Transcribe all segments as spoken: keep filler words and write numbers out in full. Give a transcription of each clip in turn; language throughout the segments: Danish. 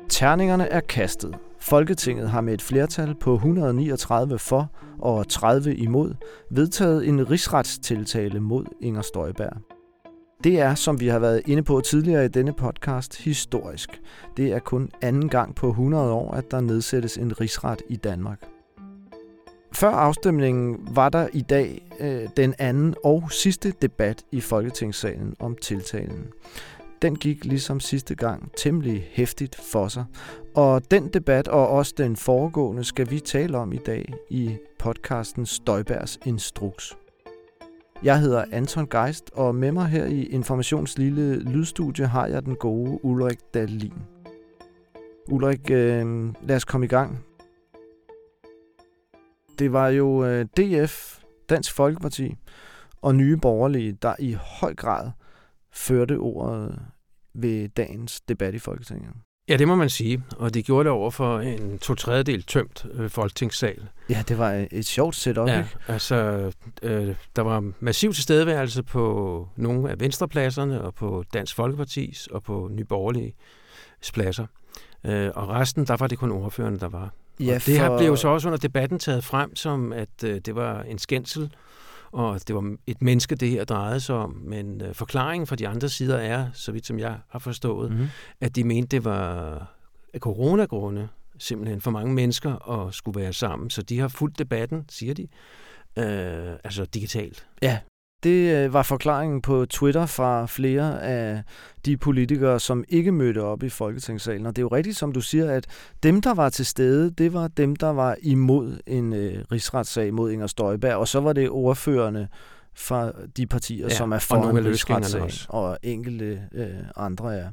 Terningerne er kastet. Folketinget har med et flertal på et hundrede og niogtredive for og tredive imod vedtaget en rigsretstiltale mod Inger Støjberg. Det er, som vi har været inde på tidligere i denne podcast, historisk. Det er kun anden gang på hundrede år, at der nedsættes en rigsret i Danmark. Før afstemningen var der i dag øh, den anden og sidste debat i Folketingssalen om tiltalen. Den gik ligesom sidste gang temmelig heftigt for sig. Og den debat og også den foregående skal vi tale om i dag i podcasten Støjbergs Instruks. Jeg hedder Anton Geist, og med mig her i Informations lille lydstudie har jeg den gode Ulrik Dahlin. Ulrik, øh, lad os komme i gang. Det var jo øh, D F, Dansk Folkeparti og Nye Borgerlige, der i høj grad førte ordet ved dagens debat i Folketinget. Ja, det må man sige, og de gjorde det over for en to tredjedel tømt øh, folketingssal. Ja, det var et sjovt setup, ja, ikke? altså, øh, der var massiv tilstedeværelse på nogle af venstrepladserne, og på Dansk Folkepartis, og på Nye Borgerliges pladser. Øh, og resten, der var det kun ordførerne, der var. Ja, og det for... her blev jo så også under debatten taget frem, som at øh, det var en skændsel, og det var et menneske, det her drejede sig om. Men øh, forklaringen fra de andre sider er, så vidt som jeg har forstået, mm-hmm. at de mente, det var af coronagrunde simpelthen for mange mennesker at skulle være sammen. Så de har fulgt debatten, siger de, øh, altså digitalt. Ja, det var forklaringen på Twitter fra flere af de politikere, som ikke mødte op i Folketingssalen. Og det er jo rigtigt, som du siger, at dem, der var til stede, det var dem, der var imod en øh, rigsretssag mod Inger Støjberg. Og så var det ordførerne fra de partier, ja, som er for en rigsretssag, og enkelte øh, andre er.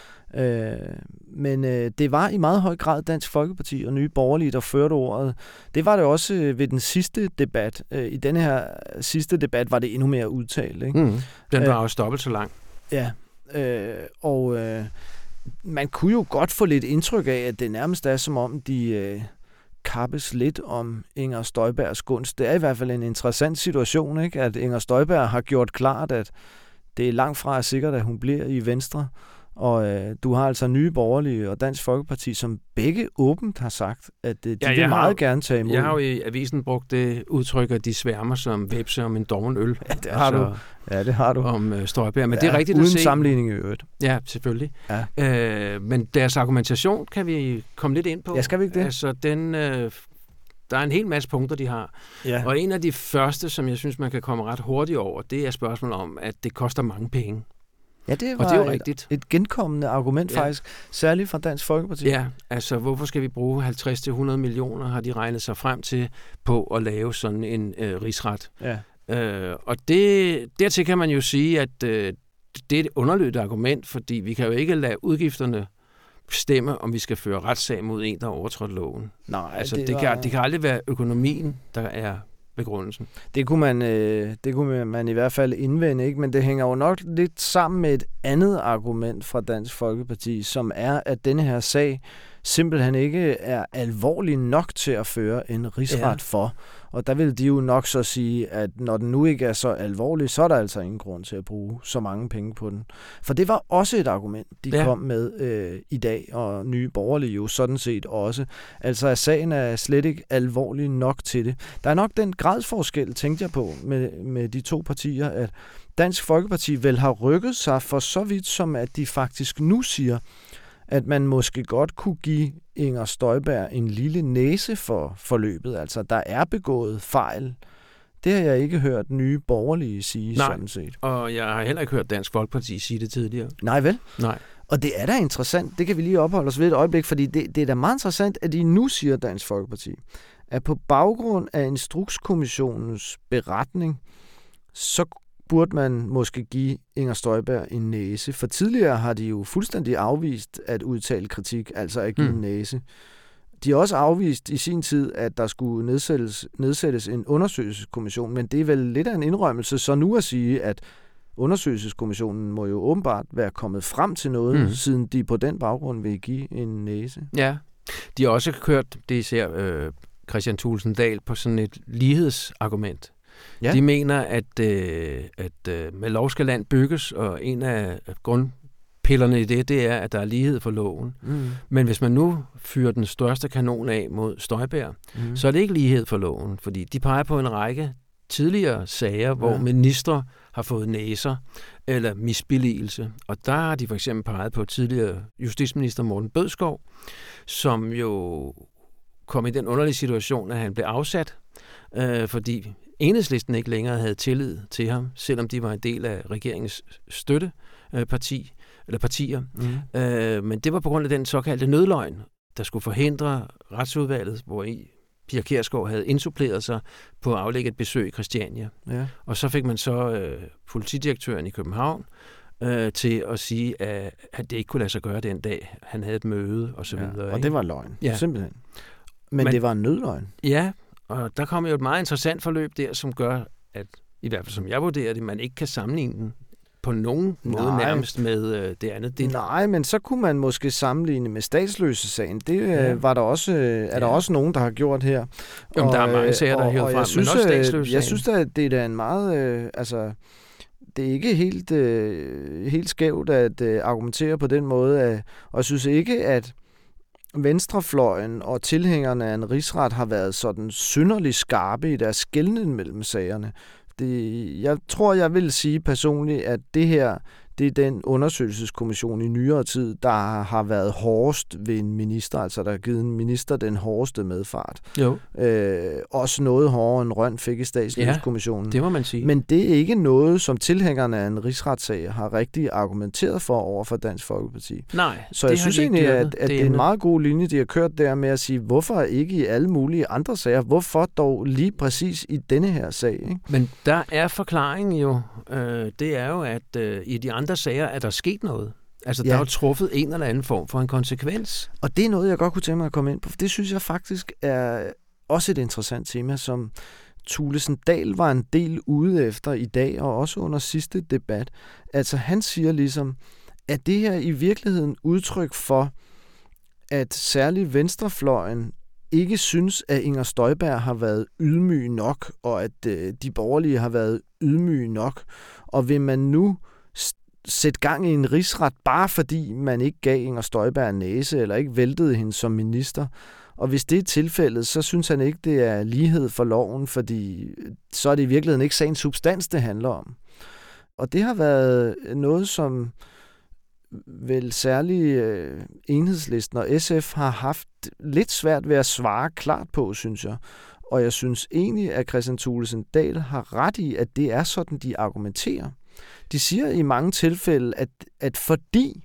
Øh, men øh, det var i meget høj grad Dansk Folkeparti og Nye Borgerlige, der førte ordet. Det var det også øh, ved den sidste debat. Øh, I denne her sidste debat var det endnu mere udtalt. Ikke? Mm. Den var øh, også dobbelt så lang. Ja, øh, og øh, man kunne jo godt få lidt indtryk af, at det nærmest er som om, de øh, kappes lidt om Inger Støjbergs gunst. Det er i hvert fald en interessant situation, ikke? At Inger Støjberg har gjort klart, at det er langt fra sikkert, at hun bliver i Venstre. Og øh, du har altså Nye Borgerlige og Dansk Folkeparti, som begge åbent har sagt, at øh, de ja, vil meget har, gerne tage imod. Jeg har jo i avisen brugt det udtryk, at de sværmer som vepse om en doven øl. Ja, det har altså, du. Ja, det har du. Om øh, Støjberg. Men ja, det er rigtigt uden at se. Sammenligning i øvrigt. Ja, selvfølgelig. Ja. Øh, men deres argumentation kan vi komme lidt ind på. Ja, skal vi ikke det? Altså, den, øh, der er en hel masse punkter, de har. Ja. Og en af de første, som jeg synes, man kan komme ret hurtigt over, det er spørgsmålet om, at det koster mange penge. Ja, det var og det er jo et, rigtigt. et genkommende argument ja. faktisk, særligt fra Dansk Folkeparti. Ja, altså hvorfor skal vi bruge halvtreds til hundrede millioner, har de regnet sig frem til, på at lave sådan en øh, rigsret. Ja. Øh, og det, dertil kan man jo sige, at øh, det er et underlødigt argument, fordi vi kan jo ikke lade udgifterne bestemme, om vi skal føre retssag mod en, der har overtrådt loven. Nej, altså, det, det, var... kan, det kan aldrig være økonomien, der er begrundelsen. Det kunne man, øh, det kunne man i hvert fald indvende, ikke? Men det hænger jo nok lidt sammen med et andet argument fra Dansk Folkeparti, som er, at denne her sag simpelthen ikke er alvorlig nok til at føre en rigsret ja. for. Og der vil de jo nok så sige, at når den nu ikke er så alvorlig, så er der altså ingen grund til at bruge så mange penge på den. For det var også et argument, de ja. kom med øh, i dag, og Nye Borgerlige jo sådan set også. Altså at sagen er slet ikke alvorlig nok til det. Der er nok den gradsforskel, tænkte jeg på, med, med de to partier, at Dansk Folkeparti vel har rykket sig for så vidt, som at de faktisk nu siger, at man måske godt kunne give Inger Støjberg en lille næse for forløbet. Altså, der er begået fejl. Det har jeg ikke hørt Nye Borgerlige sige, Nej, sådan set. Og jeg har heller ikke hørt Dansk Folkeparti sige det tidligere. Nej, vel? Nej. Og det er da interessant. Det kan vi lige opholde os ved et øjeblik, fordi det, det er da meget interessant, at de nu siger, Dansk Folkeparti, at på baggrund af Instrukskommissionens beretning, så burde man måske give Inger Støjberg en næse. For tidligere har de jo fuldstændig afvist at udtale kritik, altså at give mm. en næse. De har også afvist i sin tid, at der skulle nedsættes, nedsættes en undersøgelseskommission, men det er vel lidt af en indrømmelse så nu at sige, at undersøgelseskommissionen må jo åbenbart være kommet frem til noget, mm. siden de på den baggrund vil give en næse. Ja, de har også kørt, det især øh, Kristian Thulesen Dahl, på sådan et lighedsargument. Ja. De mener, at, øh, at øh, med lov skal land bygges, og en af grund pillerne i det, det er, at der er lighed for loven. Mm. Men hvis man nu fyrer den største kanon af mod Støjberg, mm. så er det ikke lighed for loven, fordi de peger på en række tidligere sager, hvor ja. ministre har fået næser eller misbilligelse. Og der har de for eksempel peget på tidligere justitsminister Morten Bødskov, som jo kom i den underlige situation, at han blev afsat, øh, fordi Enhedslisten ikke længere havde tillid til ham, selvom de var en del af regeringens støtteparti, eller partier. Mm. Øh, men det var på grund af den såkaldte nødløgn, der skulle forhindre retsudvalget, hvor i Pia Kjærsgaard havde insuppleret sig på at aflægge et besøg i Christiania. Ja. Og så fik man så øh, politidirektøren i København øh, til at sige, at, at det ikke kunne lade sig gøre den dag. Han havde et møde og så videre. Ja, og det var løgn, ja. simpelthen. Men, Men det var en nødløgn. Ja, og der kommer jo et meget interessant forløb der, som gør, at i hvert fald som jeg vurderer det, man ikke kan sammenligne den på nogen måde Nej. nærmest med øh, det andet. Det... Nej, men så kunne man måske sammenligne med statsløse-sagen. Det ja. var der også, øh, er der ja. også nogen, der har gjort her. Jamen, og, der er mange sager, der har hævet frem, synes, men også statsløse-sagen. Jeg synes at det er da en meget... Øh, altså, det er ikke helt, øh, helt skævt at øh, argumentere på den måde, at, og jeg synes ikke, at venstrefløjen og tilhængerne af en rigsret har været sådan synderligt skarpe i deres skelnen mellem sagerne. Det, jeg tror, jeg vil sige personligt, at det her, det er den undersøgelseskommission i nyere tid, der har været hårdest ved en minister, altså der har givet en minister den hårdeste medfart. Jo. Øh, også noget hårdere end Rønn fik i statsløsekommissionen. Ja, det må man sige. Men det er ikke noget, som tilhængerne af en rigsretssag har rigtig argumenteret for over for Dansk Folkeparti. Nej, Så jeg synes egentlig, at, at det, det er en meget god linje, de har kørt der med at sige, hvorfor ikke i alle mulige andre sager? Hvorfor dog lige præcis i denne her sag? Ikke? Men der er forklaringen jo, øh, det er jo, at øh, i de andre andre sager er der sket noget. Altså, ja. der er jo truffet en eller anden form for en konsekvens. Og det er noget, jeg godt kunne tænke mig at komme ind på, for det synes jeg faktisk er også et interessant tema, som Thulesen Dahl var en del ude efter i dag, og også under sidste debat. Altså, han siger ligesom, at det her i virkeligheden udtryk for, at særligt venstrefløjen ikke synes, at Inger Støjberg har været ydmyg nok, og at øh, de borgerlige har været ydmyge nok. Og vil man nu sætte gang i en rigsret, bare fordi man ikke gav Inger Støjberg en næse, eller ikke væltede hende som minister. Og hvis det er tilfældet, så synes han ikke, det er lighed for loven, fordi så er det i virkeligheden ikke sagens substans, det handler om. Og det har været noget, som vel særligt øh, Enhedslisten og S F har haft lidt svært ved at svare klart på, synes jeg. Og jeg synes egentlig, at Kristian Thulesen Dahl har ret i, at det er sådan, de argumenterer. De siger i mange tilfælde, at, at fordi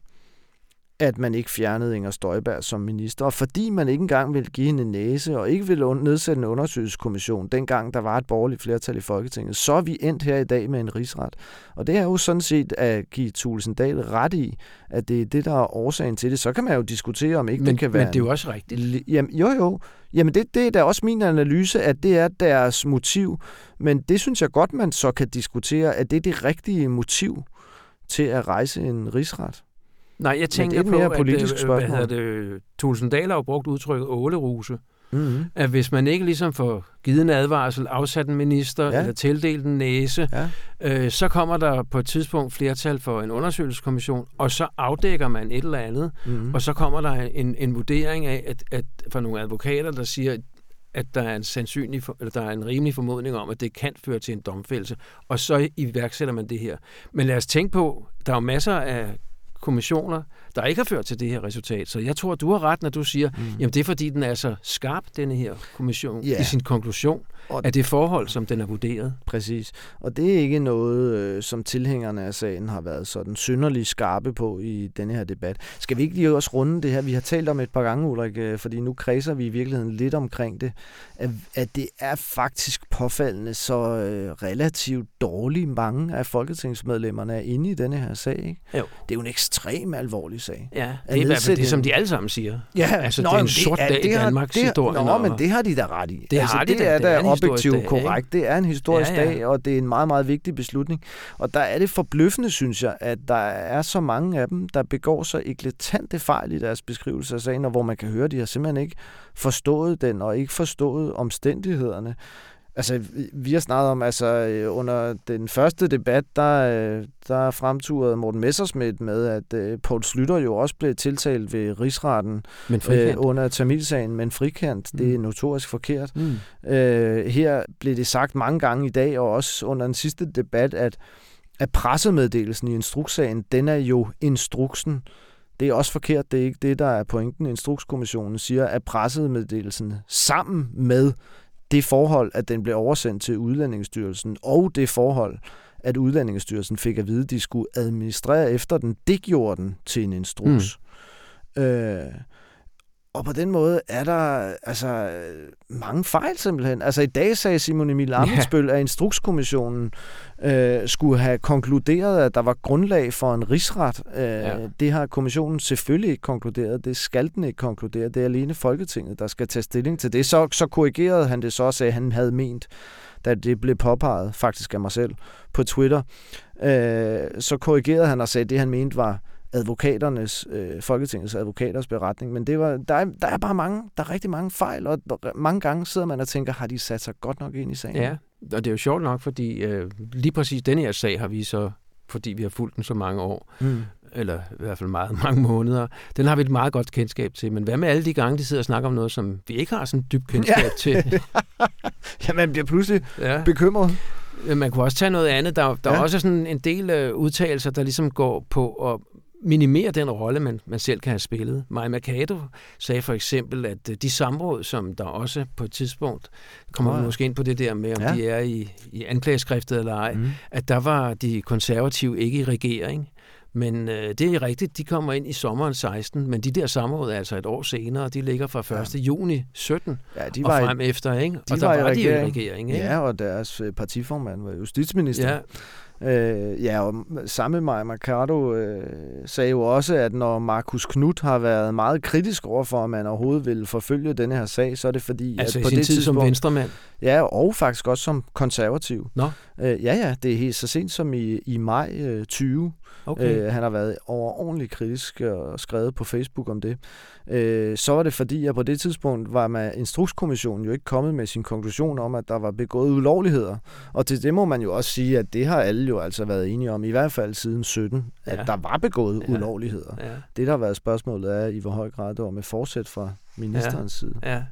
at man ikke fjernede Inger Støjberg som minister, og fordi man ikke engang ville give hende en næse, og ikke ville nedsætte en undersøgelseskommission, dengang der var et borgerligt flertal i Folketinget, så er vi endt her i dag med en rigsret. Og det er jo sådan set at give Thulesen Dahl ret i, at det er det, der er årsagen til det. Så kan man jo diskutere, om ikke men, det kan være... Men det er jo også rigtigt. Jamen, jo, jo. Jamen, det, det er da også min analyse, at det er deres motiv. Men det synes jeg godt, man så kan diskutere, at det er det rigtige motiv til at rejse en rigsret. Nej, jeg tænker på, at hvad hedder det, Thulesen Dahl har jo brugt udtrykket åleruse. Mm-hmm. At hvis man ikke ligesom får givet en advarsel, afsat en minister ja. eller tildelt en næse, ja. øh, så kommer der på et tidspunkt flertal for en undersøgelseskommission, og så afdækker man et eller andet, mm-hmm. og så kommer der en, en vurdering af, at, at for nogle advokater, der siger, at der er en sandsynlig, eller der er en rimelig formodning om, at det kan føre til en domfældelse, og så iværksætter man det her. Men lad os tænke på, der er jo masser af kommissioner, der ikke har ført til det her resultat. Så jeg tror, du har ret, når du siger, mm. jamen det er fordi, den er så skarp, denne her kommission, yeah. i sin konklusion, og af det forhold, som den er vurderet. Præcis. Og det er ikke noget, øh, som tilhængerne af sagen har været sådan synderligt skarpe på i denne her debat. Skal vi ikke lige også runde det her? Vi har talt om et par gange, Ulrik, øh, fordi nu kredser vi i virkeligheden lidt omkring det, at, at det er faktisk påfaldende så øh, relativt dårligt mange af folketingsmedlemmerne er inde i denne her sag. Ikke? Jo. Det er jo en ekstremt alvorlig sag. Ja, det er i hvert fald det, som de alle sammen siger. Ja, altså, nå, det er en sort det, dag i Danmarks det, historie. Nå, men det har de da ret i. Det, altså, har det de er da. da objektivt korrekt. Dag, det er en historisk ja, ja. dag, og det er en meget, meget vigtig beslutning. Og der er det forbløffende, synes jeg, at der er så mange af dem, der begår så eklatante fejl i deres beskrivelse af sagen, og hvor man kan høre, at de har simpelthen ikke forstået den, og ikke forstået omstændighederne. Altså, vi har snakket om, altså under den første debat, der, der fremturede Morten Messerschmidt med, at uh, Poul Schlüter jo også blev tiltalt ved rigsretten uh, under Tamilsagen, men frikendt. Mm. Det er notorisk forkert. Mm. Uh, her blev det sagt mange gange i dag, og også under den sidste debat, at, at pressemeddelelsen i instrukssagen, den er jo instruksen. Det er også forkert. Det er ikke det, der er pointen. Instrukskommissionen siger, at pressemeddelelsen sammen med det forhold, at den blev oversendt til Udlændingestyrelsen, og det forhold, at Udlændingestyrelsen fik at vide, at de skulle administrere efter den, det gjorde den til en instruks. Mm. Øh, og på den måde er der altså mange fejl simpelthen. Altså i dag sagde Simon Emil Ammitzbøll, yeah. at Instrukskommissionen øh, skulle have konkluderet, at der var grundlag for en rigsret. Øh, ja. Det har kommissionen selvfølgelig ikke konkluderet. Det skal den ikke konkludere. Det er alene Folketinget, der skal tage stilling til det. Så, så korrigerede han det så og sagde, at han havde ment, da det blev påpeget, faktisk af mig selv, på Twitter. Øh, så korrigerede han og sagde, at det han mente var advokaternes, øh, Folketingets advokaters beretning, men det var, der, er, der er bare mange, der er rigtig mange fejl, og mange gange sidder man og tænker, har de sat sig godt nok ind i sagen? Ja, og det er jo sjovt nok, fordi øh, lige præcis denne her sag har vi så, fordi vi har fulgt den så mange år, mm. eller i hvert fald meget mange måneder, den har vi et meget godt kendskab til, men hvad med alle de gange, de sidder og snakker om noget, som vi ikke har sådan dybt kendskab ja. til? Ja, man bliver pludselig ja. bekymret. Man kunne også tage noget andet. Der, der ja. er også sådan en del øh, udtalelser, der ligesom går på at minimere den rolle, man, man selv kan have spillet. Maja Mercado sagde for eksempel, at de samråd, som der også på et tidspunkt, kommer vi måske ind på det der med, om ja. de er i, i anklageskriftet eller ej, mm. at der var de konservative ikke i regering. Men øh, det er rigtigt, de kommer ind i sommeren seksten, men de der samråd er altså et år senere, de ligger fra første ja. juni sytten ja, de var og frem i, efter, ikke? Og de der var, var de jo i regering, ikke? Ja, og deres partiformand var justitsminister. Ja. Øh, ja, og samme Maja Mercado øh, sagde jo også, at når Marcus Knuth har været meget kritisk over for, at man overhovedet vil forfølge denne her sag, så er det fordi... Altså at på i sin det tid tidspunkt, som venstremand? Ja, og faktisk også som konservativ. Nå? Øh, ja, ja, det er helt så sent som i, i maj øh, tyve. Okay. Øh, han har været overordentligt kritisk og skrevet på Facebook om det. Øh, så var det fordi, at på det tidspunkt var man Instrukskommissionen jo ikke kommet med sin konklusion om, at der var begået ulovligheder. Og til det må man jo også sige, at det har alle jo altså været enige om, i hvert fald siden sytten, at ja. der var begået ja. ulovligheder. Ja. Det, der har været spørgsmålet, er i hvor høj grad det var med forsæt fra ministerens ja. side. Ja.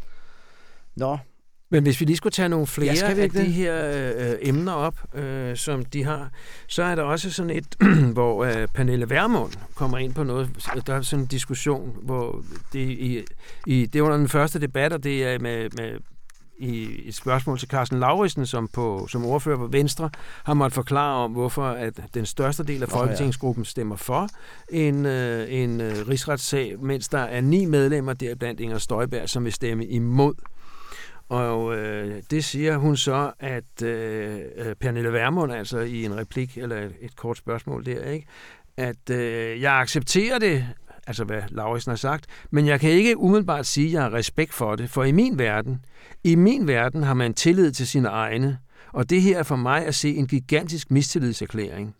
Nå. Men hvis vi lige skulle tage nogle flere ja, af de her øh, emner op, øh, som de har, så er der også sådan et, hvor øh, Pernille Vermund kommer ind på noget. Der er sådan en diskussion, hvor det, i, i, det er under den første debat, og det er med, med i et spørgsmål til Karsten Lauritzen, som, på, som ordfører på Venstre, har måttet forklare om, hvorfor at den største del af Folketingsgruppen stemmer for en, øh, en øh, rigsretssag, mens der er ni medlemmer, deriblandt Inger Støjberg, som vil stemme imod. Og øh, det siger hun så, at øh, Pernille Vermund, altså i en replik, eller et, et kort spørgsmål der, ikke, at øh, jeg accepterer det, altså hvad Lauritzen har sagt, men jeg kan ikke umiddelbart sige, at jeg har respekt for det, for i min verden, i min verden har man tillid til sine egne, og det her er for mig at se en gigantisk mistillidserklæring.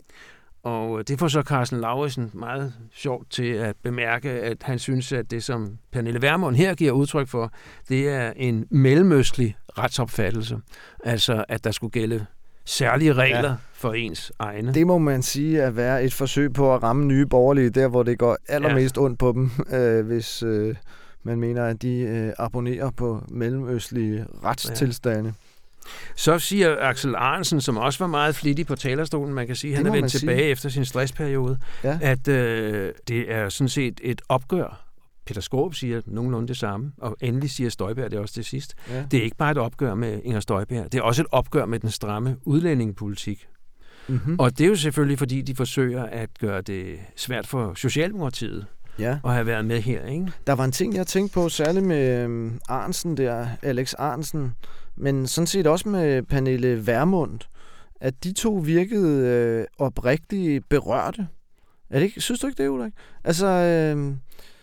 Og det får så Karsten Lauritzen meget sjovt til at bemærke, at han synes, at det, som Pernille Vermund her giver udtryk for, det er en mellemøstlig retsopfattelse. Altså, at der skulle gælde særlige regler ja. for ens egne. Det må man sige at være et forsøg på at ramme nye borgerlige, der hvor det går allermest ja. ondt på dem, øh, hvis øh, man mener, at de øh, abonnerer på mellemøstlige retstilstande. Ja. Så siger Axel Arensen, som også var meget flittig på talerstolen, man kan sige, han er vendt tilbage sige. efter sin stressperiode, ja. at øh, det er sådan set et opgør. Peter Skaarup siger nogenlunde det samme, og endelig siger Støjberg det også til sidst. Ja. Det er ikke bare et opgør med Inger Støjberg, det er også et opgør med den stramme udlændingepolitik. Mm-hmm. Og det er jo selvfølgelig, fordi de forsøger at gøre det svært for Socialdemokratiet ja. at have været med her, ikke? Der var en ting, jeg tænkte på, særligt med um, Arensen der, Alex Arensen, men sådan set også med Pernille Vermund, at de to virkede øh, oprigtigt berørte. Er det ikke? Synes du ikke det, Ulrik? Altså, øh,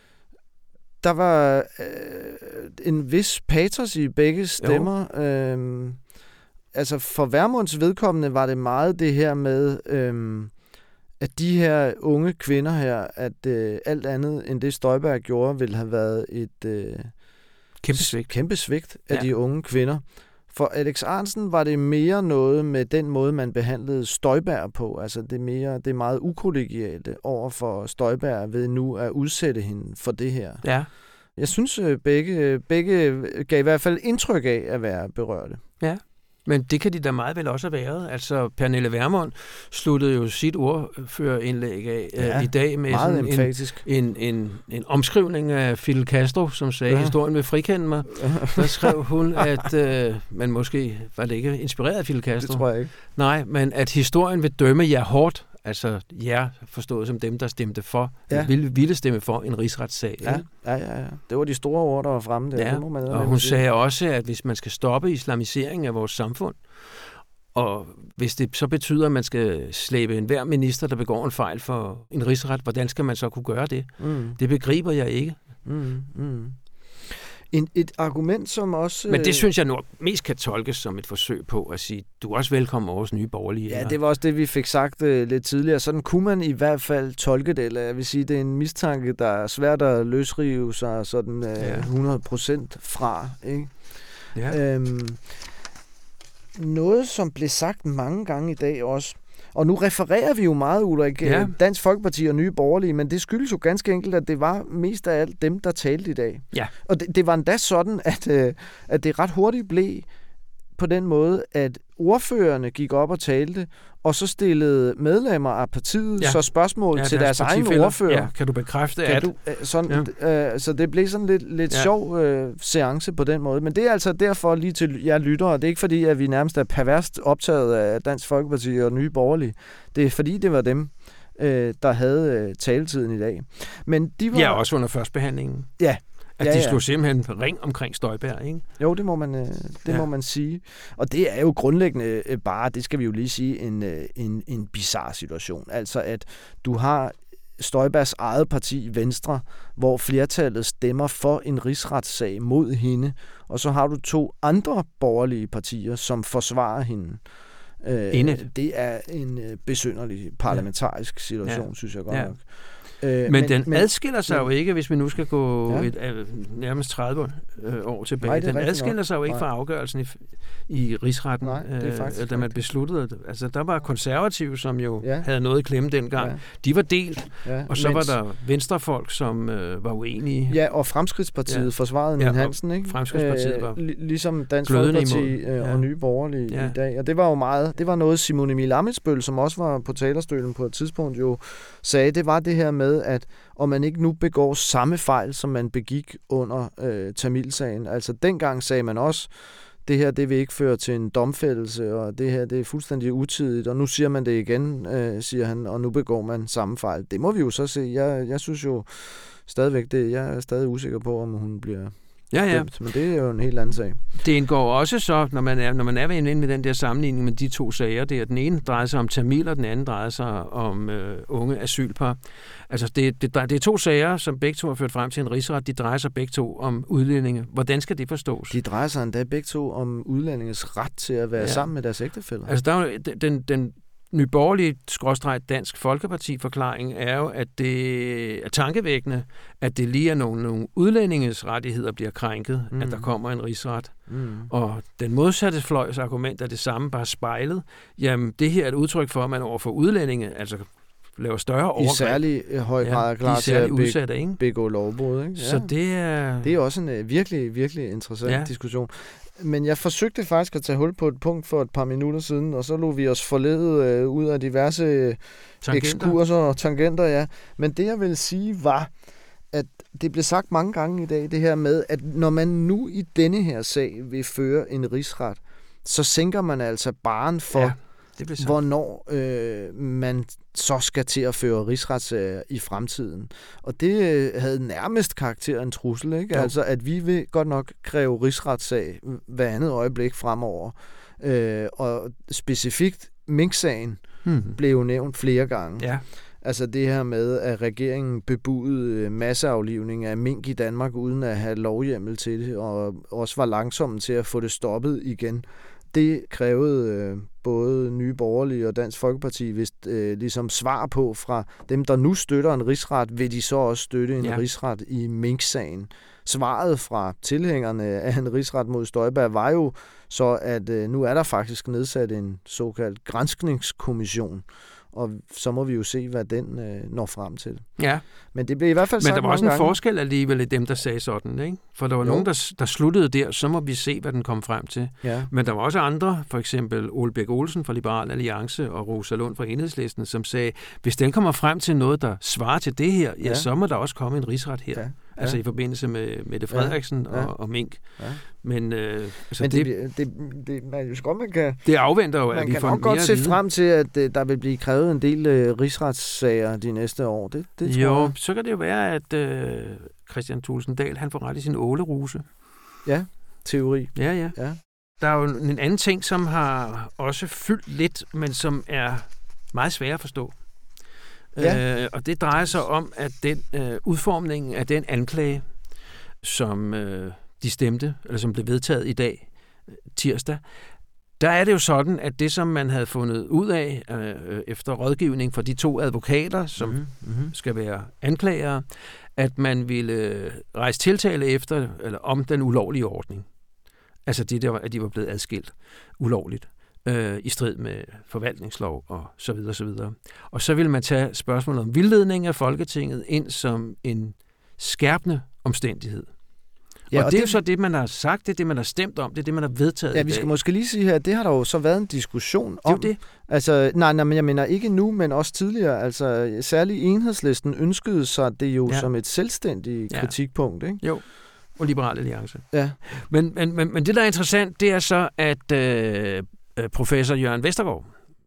der var øh, en vis patos i begge stemmer. Øh, altså, for Vermunds vedkommende var det meget det her med, øh, at de her unge kvinder her, at øh, alt andet end det Støjberg gjorde, ville have været et... Øh, Kæmpe svigt. Kæmpe svigt af ja. de unge kvinder. For Alex Ahrendtsen var det mere noget med den måde, man behandlede Støjberg på. Altså det er, mere, det er meget ukollegialt over for Støjberg ved nu at udsætte hende for det her. Ja. Jeg synes, begge, begge gav i hvert fald indtryk af at være berørte. Ja. Men det kan de da meget vel også have været. Altså, Pernille Vermund sluttede jo sit ordførerindlæg af ja, øh, i dag med sådan en, en, en, en omskrivning af Fidel Castro, som sagde, ja. Historien vil frikende mig. Der skrev hun, at øh, man måske var det ikke inspireret af Fidel Castro. Det tror jeg ikke. Nej, men at historien vil dømme jer hårdt. Altså jer forstået som dem, der stemte for, ja. ville, ville stemme for en rigsretssag. Ja, ja, ja, ja. Det var de store ord, der var fremme der. Ja. Det må man og hun sagde også, at hvis man skal stoppe islamiseringen af vores samfund, og hvis det så betyder, at man skal slæbe enhver minister, der begår en fejl for en rigsret, hvordan skal man så kunne gøre det? Mm. Det begriber jeg ikke. Mm, mm. En, et argument, som også... Men det synes jeg nu mest kan tolkes som et forsøg på at sige, du er også velkommen over hos Nye Borgerlige. Ja, det var også det, vi fik sagt uh, lidt tidligere. Sådan kunne man i hvert fald tolke det, eller jeg vil sige, det er en mistanke, der er svært at løsrive sig sådan uh, ja. hundrede procent fra. Ikke? Ja. Øhm, noget, som blev sagt mange gange i dag også, og nu refererer vi jo meget, Ulrik, ja. Dansk Folkeparti og Nye Borgerlige, men det skyldes jo ganske enkelt, at det var mest af alt dem, der talte i dag. Ja. Og det, det var endda sådan, at, at det ret hurtigt blev på den måde, at ordførerne gik op og talte, og så stillede medlemmer af partiet ja. så spørgsmål ja, til deres, deres egen ordfører. Ja, kan du bekræfte, kan at... Du, sådan, ja. øh, så det blev sådan lidt, lidt ja. sjov øh, seance på den måde. Men det er altså derfor lige til jer lyttere. Det er ikke fordi, at vi nærmest er perverst optaget af Dansk Folkeparti og Nye Borgerlige. Det er fordi, det var dem, øh, der havde øh, taletiden i dag. Men de var... Ja, også under førstbehandlingen. Ja. At ja, de ja. slog simpelthen ring omkring Støjberg, ikke? Jo, det må man, det ja. må man sige. Og det er jo grundlæggende bare, det skal vi jo lige sige, en, en, en bizarre situation. Altså, at du har Støjbergs eget parti, Venstre, hvor flertallet stemmer for en rigsretssag mod hende, og så har du to andre borgerlige partier, som forsvarer hende. Øh, det er en besynderlig parlamentarisk ja. situation, ja. synes jeg godt ja. nok. Øh, men, men den men, adskiller sig men, jo ikke, hvis vi nu skal gå ja. et, øh, nærmest tredive år tilbage. Nej, den adskiller nok. sig jo ikke Nej. fra afgørelsen i, i rigsretten, Nej, øh, da man besluttede. Altså, der var konservative, som jo ja. havde noget i klemme dengang. Ja. De var delt, ja. og så Mens, var der venstrefolk, som øh, var uenige. Ja, og Fremskridtspartiet ja. forsvarede Min ja, Hansen, ikke? Fremskridtspartiet var øh, Ligesom Dansk Folkeparti øh, ja. og Nye Borgerlige ja. i dag. Og det var jo meget, det var noget Simon Emil Ammitzbøll, som også var på talerstolen på et tidspunkt, jo sagde, det var det her med, at om man ikke nu begår samme fejl, som man begik under øh, Tamilsagen. Altså dengang sagde man også, det her det vil ikke føre til en domfældelse, og det her det er fuldstændig utidigt, og nu siger man det igen, øh, siger han, og nu begår man samme fejl. Det må vi jo så se. Jeg, jeg synes jo stadigvæk, det, jeg er stadig usikker på, om hun bliver... Ja, ja. Men det er jo en helt anden sag. Det indgår også så, når man er, når man er inde med den der sammenligning med de to sager, det er, den ene drejer sig om tamiler, den anden drejer sig om øh, unge asylpar. Altså, det, det, det er to sager, som begge to har ført frem til en rigsret. De drejer sig begge to om udlændinge. Hvordan skal det forstås? De drejer sig endda begge to om udlændinges ret til at være ja. sammen med deres ægtefæller. Altså, der er jo den... den Nye Borgerlige skråstreg Dansk Folkeparti-forklaring er jo, at det er tankevækkende, at det lige er nogle, nogle udlændinges rettigheder bliver krænket, mm. at der kommer en rigsret. Mm. Og den modsatte fløjs argument er det samme, bare spejlet. Jamen, det her er et udtryk for, at man overfor udlændinge, altså laver større overgreb. I særlig høj grad er klar ja, til at udsatte, ikke? begå lovbrud. Ikke? Ja. Så det er... Det er også en uh, virkelig, virkelig interessant ja. diskussion. Men jeg forsøgte faktisk at tage hul på et punkt for et par minutter siden, og så lå vi os forledet øh, ud af diverse øh, ekskurser og tangenter, ja. Men det, jeg vil sige, var, at det blev sagt mange gange i dag, det her med, at når man nu i denne her sag vil føre en rigsret, så sænker man altså barren for, ja, det hvornår øh, man så skal til at føre rigsretssager i fremtiden. Og det øh, havde nærmest karakter af en trussel, ikke? Jo. Altså, at vi vil godt nok kræve rigsretssag hver andet øjeblik fremover. Øh, og specifikt Mink-sagen hmm. blev jo nævnt flere gange. Ja. Altså det her med, at regeringen bebudede masseaflivning af mink i Danmark, uden at have lovhjemmel til det, og også var langsomme til at få det stoppet igen. Det krævede øh, både Nye Borgerlige og Dansk Folkeparti vist øh, ligesom svar på fra dem, der nu støtter en rigsret, vil de så også støtte en ja. rigsret i Mink-sagen, svaret fra tilhængerne af en rigsret mod Støjberg var jo så, at øh, nu er der faktisk nedsat en såkaldt granskningskommission, og så må vi jo se, hvad den øh, når frem til. Ja. Men det blev i hvert fald Men sagt der var også en gange. forskel alligevel i dem, der sagde sådan, ikke? For der var jo nogen, der, der sluttede der, så må vi se, hvad den kom frem til. Ja. Men der var også andre, for eksempel Ole Birk Olesen fra Liberal Alliance og Rosa Lund fra Enhedslisten, som sagde, hvis den kommer frem til noget, der svarer til det her, ja, ja så må der også komme en rigsret her. Ja. Altså ja. i forbindelse med Mette Frederiksen ja. Ja. Og, og Mink. Ja. Men, øh, altså Men det, det, det, det, man, godt, man kan, det afventer jo, at vi vi får Man kan nok godt se vide. frem til, at uh, der vil blive krævet en del uh, rigsretssager de næste år. Det, det tror jo, jeg. Så kan det jo være, at øh, Christian Thulesen Dahl, han får ret i sin åleruse. Ja, teori. Ja, ja, ja. Der er jo en anden ting, som har også fyldt lidt, men som er meget svær at forstå. Ja. Øh, og det drejer sig om, at den øh, udformningen af den anklage, som øh, de stemte, eller som blev vedtaget i dag, tirsdag, der er det jo sådan, at det, som man havde fundet ud af øh, efter rådgivning fra de to advokater, som mm-hmm. skal være anklagere, at man ville øh, rejse tiltale efter eller om den ulovlige ordning. Altså det der, at de var blevet adskilt ulovligt øh, i strid med forvaltningslov og så videre, så videre. Og så ville man tage spørgsmålet om vildledning af Folketinget ind som en skærpende omstændighed. Ja, og, og det er det, jo så det, man har sagt, det er det, man har stemt om, det er det, man har vedtaget. Ja, vi skal måske lige sige her, at det har der jo så været en diskussion om. Det er det. Altså, nej, nej, men jeg mener ikke nu, men også tidligere. Altså, særligt Enhedslisten ønskede sig det jo ja. som et selvstændigt ja. kritikpunkt, ikke? Jo, og Liberal Alliance. Ja. Men, men, men, men det, der er interessant, det er så, at øh, professor Jørgen Vestergaard,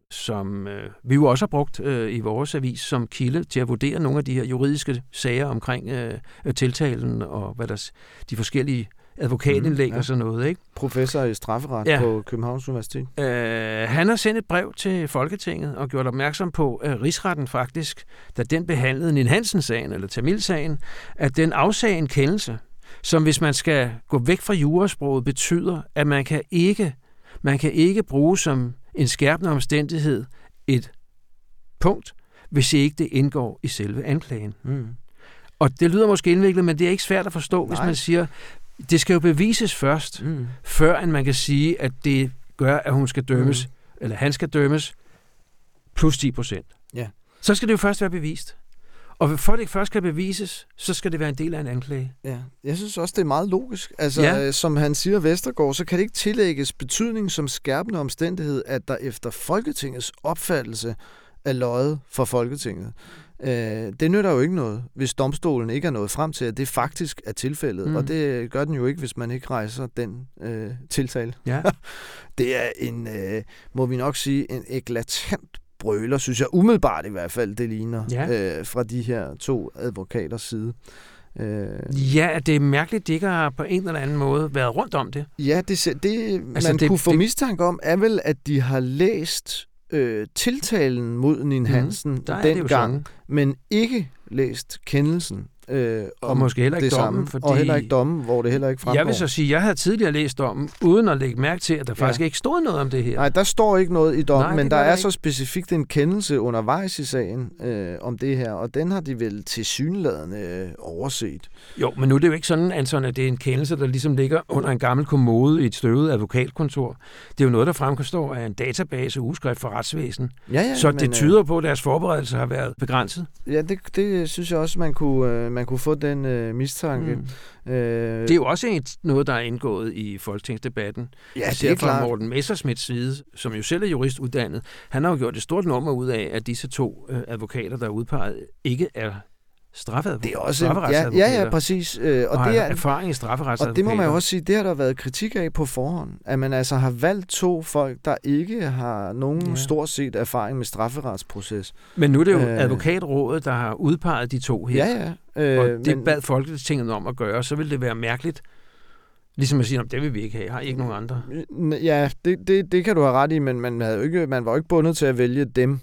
som øh, vi jo også har brugt øh, i vores avis som kilde til at vurdere nogle af de her juridiske sager omkring øh, tiltalen og hvad der de forskellige advokatindlæg mm, ja. og sådan noget, ikke? Professor i strafferet ja. på Københavns Universitet. Øh, han har sendt et brev til Folketinget og gjort opmærksom på, at Rigsretten faktisk, da den behandlede Ninn Hansen-sagen eller Tamil-sagen, at den afsagde en kendelse, som hvis man skal gå væk fra jurasproget, betyder, at man kan ikke, man kan ikke bruge som en skærpende omstændighed et punkt, hvis ikke det indgår i selve anklagen. Mm. Og det lyder måske indviklet, men det er ikke svært at forstå, Nej. hvis man siger, det skal jo bevises først, mm. før end man kan sige, at det gør, at hun skal dømmes, mm. eller han skal dømmes, plus ti procent. Ja. Så skal det jo først være bevist. Og for det først kan bevises, så skal det være en del af en anklage. Ja, jeg synes også, det er meget logisk. Altså, ja. som han siger Vestergaard, så kan det ikke tillægges betydning som skærpende omstændighed, at der efter Folketingets opfattelse er løjet for Folketinget. Øh, det nytter jo ikke noget, hvis domstolen ikke er nået frem til, at det faktisk er tilfældet. Mm. Og det gør den jo ikke, hvis man ikke rejser den øh, tiltale. Ja. Det er en, øh, må vi nok sige, en eklatant brøler, synes jeg umiddelbart i hvert fald, det ligner ja. øh, fra de her to advokaters side. Øh, ja, det er mærkeligt, de ikke har på en eller anden måde været rundt om det. Ja, det, det altså, man det, kunne få det, mistanke om, er vel, at de har læst øh, tiltalen mod Ninn Hansen mm, dengang, men ikke læst kendelsen. Øh, og måske heller ikke det dommen. Samme, fordi og heller ikke dommen, hvor det heller ikke fremgår. Jeg vil så sige, at jeg havde tidligere læst dommen, uden at lægge mærke til, at der ja. faktisk ikke stod noget om det her. Nej, der står ikke noget i dommen, Nej, men der er ikke. så specifikt en kendelse undervejs i sagen øh, om det her, og den har de vel tilsyneladende øh, overset. Jo, men nu er det jo ikke sådan, Anton, at det er en kendelse, der ligesom ligger under en gammel kommode i et støvet advokatkontor. Det er jo noget, der fremstår af en database ugeskrift for retsvæsen. Ja, ja, så det men, tyder på, at deres forberedelse har været begrænset. Ja, det, det synes jeg også, man kunne... Øh, man kunne få den øh, mistanke. Mm. Øh, det er jo også et, noget, der er indgået i folketingsdebatten. Ja, det er klart. Fra Morten Messerschmidts side, som jo selv er juristuddannet, han har jo gjort et stort nummer ud af, at disse to øh, advokater, der er udpeget, ikke er straffeadvokater. Det er også en, ja, ja, ja, præcis. Øh, og, og det er erfaring i strafferetsadvokater. Og det må man jo også sige, det har der været kritik af på forhånd. At man altså har valgt to folk, der ikke har nogen ja. stort set erfaring med strafferetsproces. Men nu er det jo øh, advokatrådet, der har udpeget de to her. Ja, ja. Øh, og det men, bad Folketinget om at gøre, så ville det være mærkeligt. Ligesom at sige, at det vil vi ikke have. Har I ikke nogen andre? Ja, det, det, det kan du have ret i, men man, havde jo ikke, man var jo ikke bundet til at vælge dem.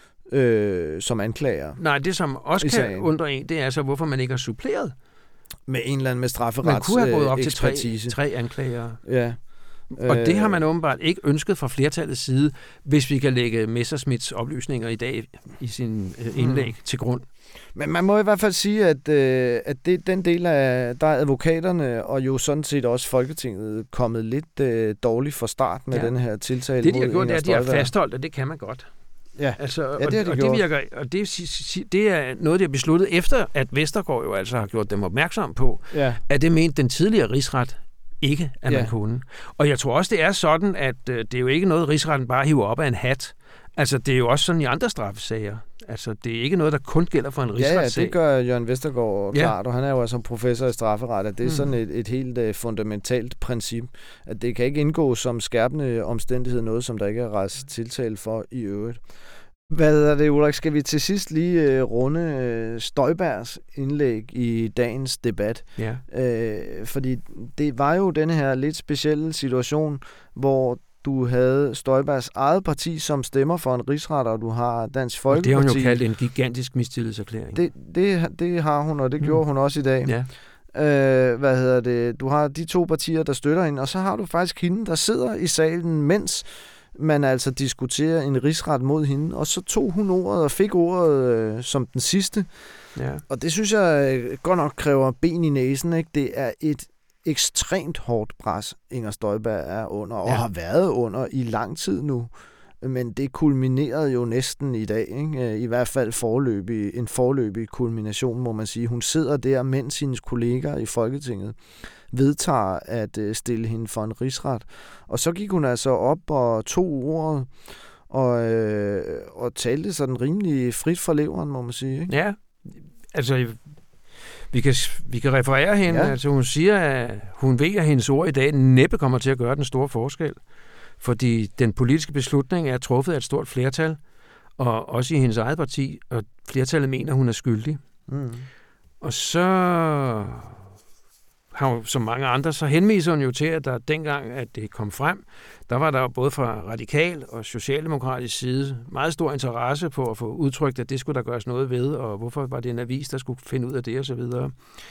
Øh, som anklager. Nej, det som også kan undre en, det er så, hvorfor man ikke har suppleret. Med en eller anden med strafferets Man kunne have gået op øh, til tre, tre anklagere. Ja. Og det har man åbenbart ikke ønsket fra flertallets side, hvis vi kan lægge Messerschmidts oplysninger i dag i sin indlæg hmm. til grund. Men man må i hvert fald sige, at, øh, at det den del af, der er advokaterne og jo sådan set også Folketinget kommet lidt øh, dårligt fra start med ja. den her tiltale. Det de har gjort, det er, at de har fastholdt, og det kan man godt. Ja, altså, ja og, det har de og gjort. Det virker, og det, det er noget, de har besluttet efter, at Vestergaard jo altså har gjort dem opmærksom på, ja. at det mente den tidligere rigsret ikke, at ja. man kunne. Og jeg tror også, det er sådan, at øh, det er jo ikke noget, rigsretten bare hiver op af en hat. Altså, det er jo også sådan i andre straffesager. Altså, det er ikke noget, der kun gælder for en rigsretssag. Ja, ja, det gør Jørgen Vestergaard klart, ja. og han er jo altså professor i strafferet, at det er mm. sådan et, et helt uh, fundamentalt princip, at det kan ikke indgå som skærpende omstændighed noget, som der ikke er rejst tiltale for i øvrigt. Hvad er det, Ulrik? Skal vi til sidst lige uh, runde uh, Støjbergs indlæg i dagens debat? Ja. Uh, fordi det var jo denne her lidt specielle situation, hvor du havde Støjbergs eget parti, som stemmer for en rigsret, og du har Dansk Folkeparti. Og det har hun jo kaldt en gigantisk mistillidserklæring. Det, det, det har hun, og det mm. gjorde hun også i dag. Ja. Øh, hvad hedder det? Du har de to partier, der støtter hende, og så har du faktisk hende, der sidder i salen, mens man altså diskuterer en rigsret mod hende, og så tog hun ordet og fik ordet øh, som den sidste. Ja. Og det synes jeg godt nok kræver ben i næsen, ikke? Det er et ekstremt hårdt pres, Inger Støjberg er under, og ja. har været under i lang tid nu. Men det kulminerede jo næsten i dag, ikke? I hvert fald forløbig, en forløbig kulmination, må man sige. Hun sidder der, mens hendes kolleger i Folketinget vedtager at stille hende for en rigsret. Og så gik hun altså op og tog ordet og, øh, og talte sådan rimelig frit fra leveren, må man sige. Ikke? Ja, altså vi kan, vi kan referere hende. Ja. Altså, hun siger, at hun ved, at hendes ord i dag næppe kommer til at gøre den store forskel. Fordi den politiske beslutning er truffet af et stort flertal, og også i hendes eget parti, og flertallet mener, hun er skyldig. Mm. Og så har hun, som mange andre, så henviser hun jo til, at der dengang, at det kom frem, der var der jo både fra radikal og socialdemokratisk side meget stor interesse på at få udtrykt, at det skulle der gøres noget ved, og hvorfor var det en avis, der skulle finde ud af det, og så videre.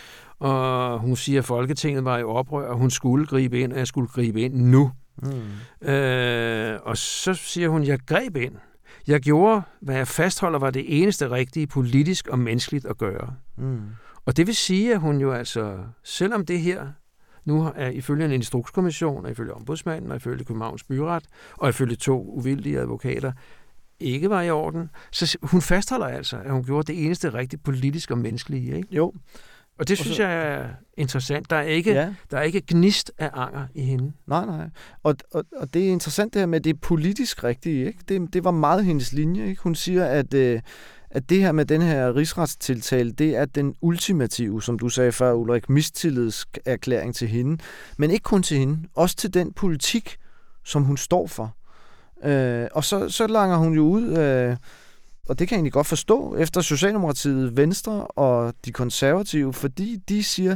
Og hun siger, at Folketinget var i oprør, og hun skulle gribe ind, og jeg skulle gribe ind nu. Mm. Øh, og så siger hun, jeg greb ind. Jeg gjorde, hvad jeg fastholder, var det eneste rigtige politisk og menneskeligt at gøre. Mm. Og det vil sige, at hun jo altså, selvom det her nu er ifølge en instrukskommission, og ifølge ombudsmanden, og ifølge Københavns Byret, og ifølge to uvildige advokater, ikke var i orden, så hun fastholder altså, at hun gjorde det eneste rigtige politisk og menneskelige. Ikke? Jo. Og det synes og så, jeg er interessant. Der er ikke, ja. der er ikke gnist af anger i hende. Nej, nej. Og, og, og det er interessant det her med, det politisk rigtige. Ikke? Det, det var meget hendes linje. Ikke? Hun siger, at, øh, at det her med den her rigsretstiltale, det er den ultimative, som du sagde før, Ulrik, mistillidserklæring til hende. Men ikke kun til hende. Også til den politik, som hun står for. Øh, og så, så langer hun jo ud... Øh, Og det kan jeg egentlig godt forstå, efter Socialdemokratiet, Venstre og de konservative, fordi de siger,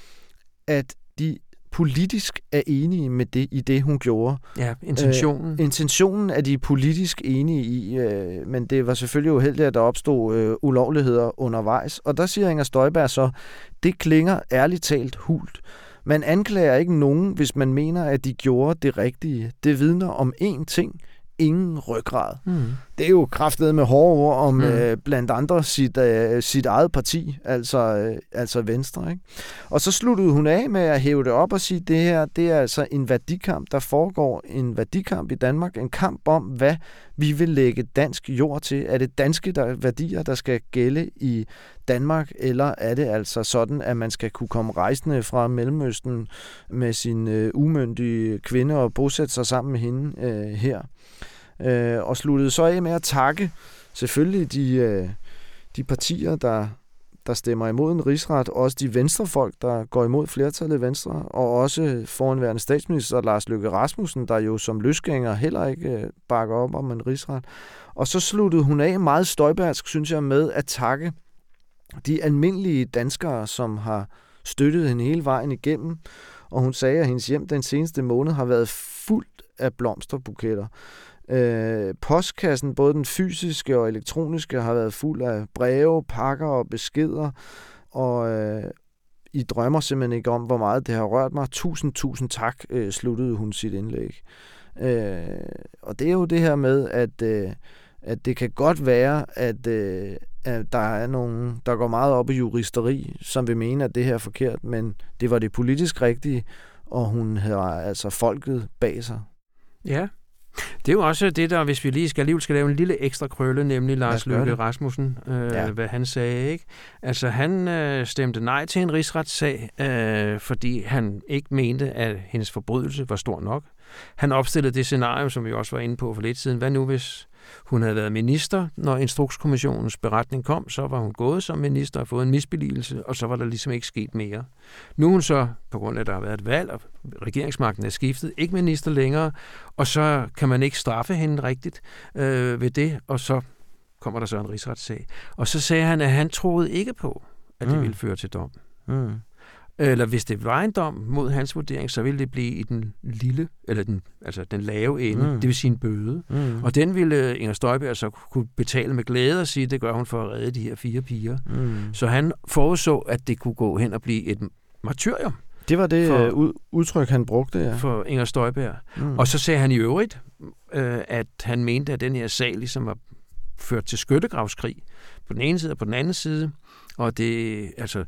at de politisk er enige med det i det, hun gjorde. Ja, intentionen. Øh, intentionen er de politisk enige i, øh, men det var selvfølgelig uheldigt, at der opstod øh, ulovligheder undervejs. Og der siger Inger Støjberg så, det klinger ærligt talt hult. Man anklager ikke nogen, hvis man mener, at de gjorde det rigtige. Det vidner om én ting, ingen ryggrad. Mm. Det er jo kraftedet med hårde ord om mm. øh, blandt andre sit, øh, sit eget parti, altså, øh, altså Venstre. Ikke? Og så sluttede hun af med at hæve det op og sige, at det her det er altså en værdikamp, der foregår en værdikamp i Danmark, en kamp om, hvad vi vil lægge dansk jord til. Er det danske der, værdier, der skal gælde i Danmark, eller er det altså sådan, at man skal kunne komme rejsende fra Mellemøsten med sin øh, umyndige kvinde og bosætte sig sammen med hende øh, her? Øh, og sluttede så af med at takke selvfølgelig de, øh, de partier, der, der stemmer imod en rigsret, også de venstrefolk, der går imod flertallet Venstre, og også foranværende statsminister Lars Løkke Rasmussen, der jo som løsgænger heller ikke øh, bakker op om en rigsret. Og så sluttede hun af meget støjbergsk, synes jeg, med at takke de almindelige danskere, som har støttet hende hele vejen igennem. Og hun sagde, at hendes hjem den seneste måned har været fuldt af blomsterbuketter. Øh, postkassen, både den fysiske og elektroniske, har været fuld af breve, pakker og beskeder. Og, øh, I drømmer simpelthen ikke om, hvor meget det har rørt mig. Tusind, tusind tak, øh, sluttede hun sit indlæg. Øh, og det er jo det her med, at, øh, at det kan godt være, at, øh, at der er nogen, der går meget op i juristeri, som vil mene, at det her er forkert, men det var det politisk rigtige, og hun havde altså folket bag sig. Ja, det er jo også det, der, hvis vi lige skal, alligevel skal lave en lille ekstra krølle, nemlig Lars Løkke Rasmussen, øh, ja. hvad han sagde, ikke? Altså, han øh, stemte nej til en rigsretssag, øh, fordi han ikke mente, at hendes forbrydelse var stor nok. Han opstillede det scenario, som vi også var inde på for lidt siden. Hvad nu, hvis hun havde været minister, når Instrukskommissionens beretning kom, så var hun gået som minister og fået en misbilligelse, og så var der ligesom ikke sket mere. Nu er hun så, på grund af, at der har været et valg, og regeringsmagten er skiftet, ikke minister længere, og så kan man ikke straffe hende rigtigt øh, ved det, og så kommer der så en rigsretssag. Og så sagde han, at han troede ikke på, at det mm. ville føre til dom. Mm. Eller hvis det var en dom mod hans vurdering, så ville det blive i den lille, eller den, altså den lave ende, mm. det vil sige en bøde. Mm. Og den ville Inger Støjberg så kunne betale med glæde og sige, at det gør hun for at redde de her fire piger. Mm. Så han forudså, at det kunne gå hen og blive et martyrium. Det var det for, udtryk, han brugte, ja. For Inger Støjberg. Mm. Og så sagde han i øvrigt, øh, at han mente, at den her sag ligesom var ført til skyttegravskrig på den ene side og på den anden side. Og det, altså...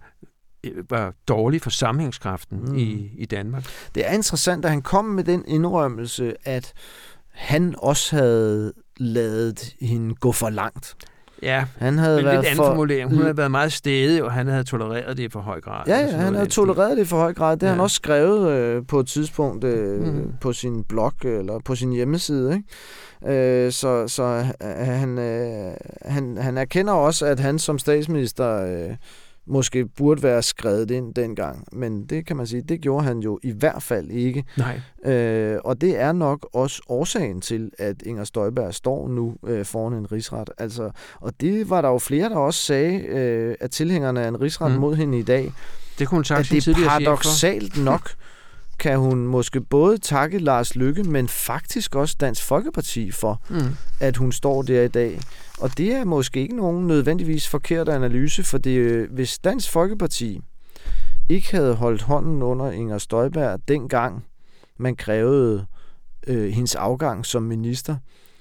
var dårlig for sammenhængskraften mm. i, i Danmark. Det er interessant, at han kom med den indrømmelse, at han også havde ladet hende gå for langt. Ja, han havde men været lidt anden for... formulering. Hun havde været meget stædig, og han havde tolereret det i for høj grad. Ja, ja han havde tolereret det i for høj grad. Det har ja. han også skrevet øh, på et tidspunkt øh, mm. på sin blog eller på sin hjemmeside. Ikke? Øh, så så han, øh, han, han erkender også, at han som statsminister... Øh, måske burde være skrevet ind dengang, men det kan man sige, det gjorde han jo i hvert fald ikke. Nej. Øh, og det er nok også årsagen til, at Inger Støjberg står nu øh, foran en rigsret. Altså, og det var der jo flere, der også sagde, øh, at tilhængerne af en rigsret mm. mod hende i dag, det kunne hun at det er paradoksalt nok, kan hun måske både takke Lars Løkke, men faktisk også Dansk Folkeparti for, mm. at hun står der i dag. Og det er måske ikke nogen nødvendigvis forkert analyse, for det, hvis Dansk Folkeparti ikke havde holdt hånden under Inger Støjberg dengang man krævede øh, hendes afgang som minister,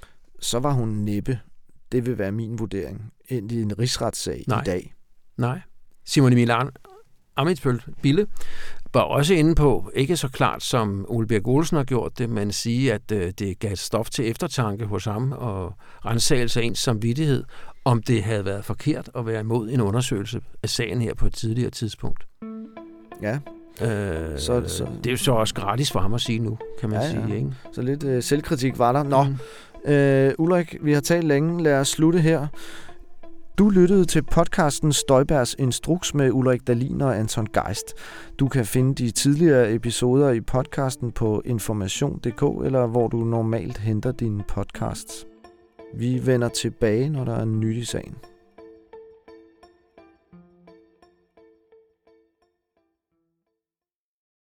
så var hun næppe, det vil være min vurdering, ind i en rigsretssag Nej. i dag. Nej. Simon Emil Ammitzbøll Bille var også inde på, ikke så klart som Ole Birk Olesen har gjort det, men sige, at øh, det gav stof til eftertanke hos ham og rensagelse af ens samvittighed, om det havde været forkert at være imod en undersøgelse af sagen her på et tidligere tidspunkt. Ja. Øh, så, så. Det er jo så også gratis for ham at sige nu, kan man ja, sige. Ja. Ikke? Så lidt øh, selvkritik var der. Nå, mm. øh, Ulrik, vi har talt længe. Lad os slutte her. Du lyttede til podcasten Støjbergs Instruks med Ulrik Dahlin og Anton Geist. Du kan finde de tidligere episoder i podcasten på information punktum d k, eller hvor du normalt henter dine podcasts. Vi vender tilbage, når der er nyt i sagen.